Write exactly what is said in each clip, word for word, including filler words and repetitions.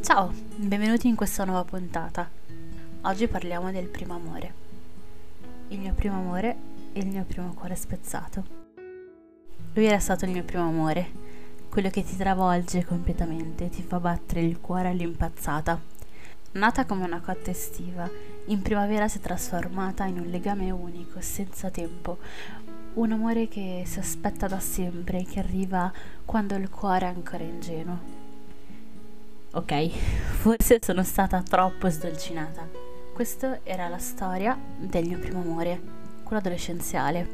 Ciao, benvenuti in questa nuova puntata. Oggi parliamo del primo amore. Il mio primo amore e il mio primo cuore spezzato. Lui era stato il mio primo amore, quello che ti travolge completamente, ti fa battere il cuore all'impazzata. Nata come una cotta estiva, in primavera si è trasformata in un legame unico, senza tempo. Un amore che si aspetta da sempre, che arriva quando il cuore è ancora ingenuo. Ok, forse sono stata troppo sdolcinata. Questa era la storia del mio primo amore, quello adolescenziale,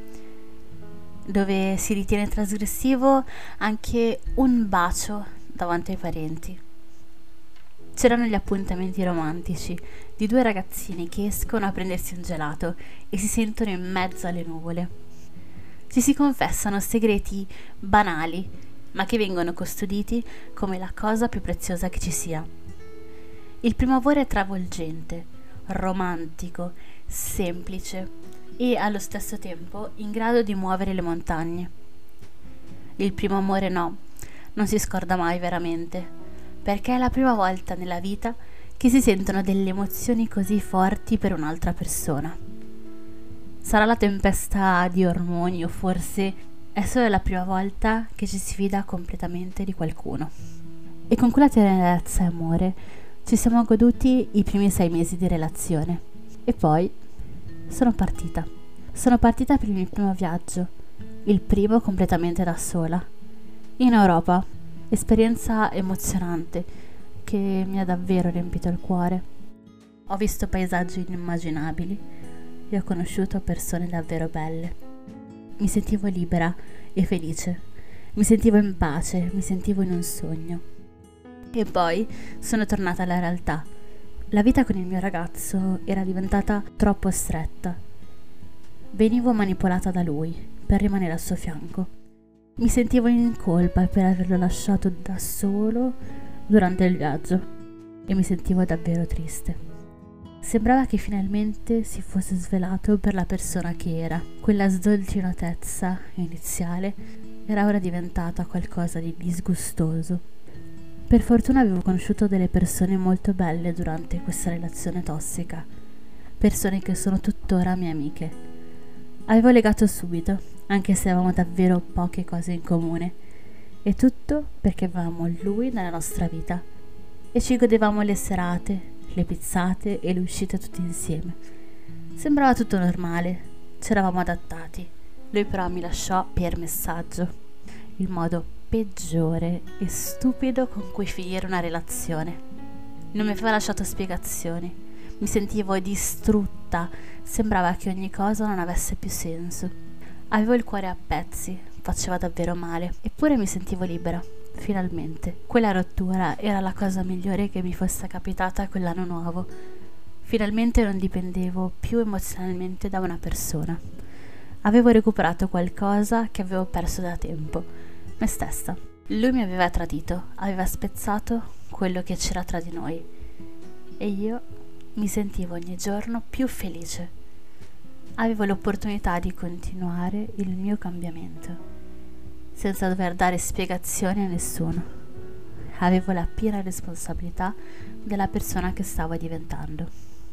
dove si ritiene trasgressivo anche un bacio davanti ai parenti. C'erano gli appuntamenti romantici di due ragazzini che escono a prendersi un gelato e si sentono in mezzo alle nuvole. Ci si confessano segreti banali, ma che vengono custoditi come la cosa più preziosa che ci sia. Il primo amore è travolgente, romantico, semplice e allo stesso tempo in grado di muovere le montagne. Il primo amore no, non si scorda mai veramente, perché è la prima volta nella vita che si sentono delle emozioni così forti per un'altra persona. Sarà la tempesta di ormoni o forse è solo la prima volta che ci si fida completamente di qualcuno. E con quella tenerezza e amore ci siamo goduti i primi sei mesi di relazione. E poi sono partita. Sono partita per il mio primo viaggio, il primo completamente da sola, in Europa. Esperienza emozionante che mi ha davvero riempito il cuore. Ho visto paesaggi inimmaginabili e ho conosciuto persone davvero belle. Mi sentivo libera e felice, mi sentivo in pace, mi sentivo in un sogno. E poi sono tornata alla realtà. La vita con il mio ragazzo era diventata troppo stretta. Venivo manipolata da lui per rimanere al suo fianco. Mi sentivo in colpa per averlo lasciato da solo durante il viaggio e mi sentivo davvero triste. Sembrava che finalmente si fosse svelato per la persona che era. Quella sdolcinatezza iniziale era ora diventata qualcosa di disgustoso. Per fortuna avevo conosciuto delle persone molto belle durante questa relazione tossica, persone che sono tuttora mie amiche. Avevo legato subito, anche se avevamo davvero poche cose in comune, e tutto perché avevamo lui nella nostra vita e ci godevamo le serate, le pizzate e le uscite tutti insieme. Sembrava tutto normale, ci eravamo adattati. Lui però mi lasciò per messaggio, il modo peggiore e stupido con cui finire una relazione. Non mi aveva lasciato spiegazioni, mi sentivo distrutta, sembrava che ogni cosa non avesse più senso. Avevo il cuore a pezzi, faceva davvero male, eppure mi sentivo libera. Finalmente, quella rottura era la cosa migliore che mi fosse capitata quell'anno nuovo. Finalmente non dipendevo più emozionalmente da una persona. Avevo recuperato qualcosa che avevo perso da tempo, me stessa. Lui mi aveva tradito, aveva spezzato quello che c'era tra di noi e io mi sentivo ogni giorno più felice. Avevo l'opportunità di continuare il mio cambiamento senza dover dare spiegazioni a nessuno. Avevo la piena responsabilità della persona che stavo diventando.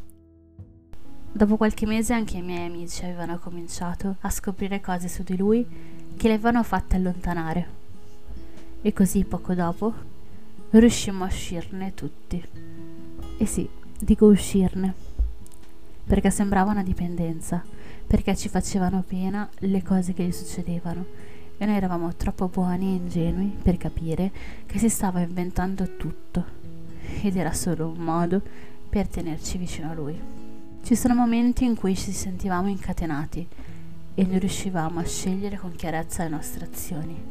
Dopo qualche mese anche i miei amici avevano cominciato a scoprire cose su di lui che le avevano fatte allontanare. E così poco dopo riuscimmo a uscirne tutti. E sì, dico uscirne, perché sembrava una dipendenza, perché ci facevano pena le cose che gli succedevano. E noi eravamo troppo buoni e ingenui per capire che si stava inventando tutto ed era solo un modo per tenerci vicino a lui. Ci sono momenti in cui ci sentivamo incatenati e non riuscivamo a scegliere con chiarezza le nostre azioni.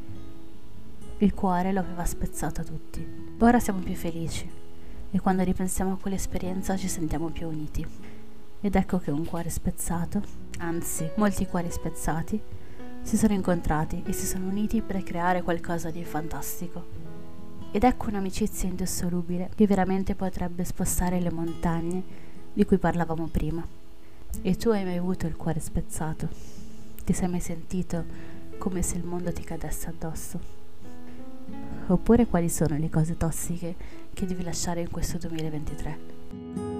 Il cuore lo aveva spezzato a tutti. Ora siamo più felici e quando ripensiamo a quell'esperienza ci sentiamo più uniti. Ed ecco che un cuore spezzato, anzi molti cuori spezzati, si sono incontrati e si sono uniti per creare qualcosa di fantastico. Ed ecco un'amicizia indissolubile che veramente potrebbe spostare le montagne di cui parlavamo prima. E tu hai mai avuto il cuore spezzato? Ti sei mai sentito come se il mondo ti cadesse addosso? oppure quali sono le cose tossiche che devi lasciare in questo duemilaventitré?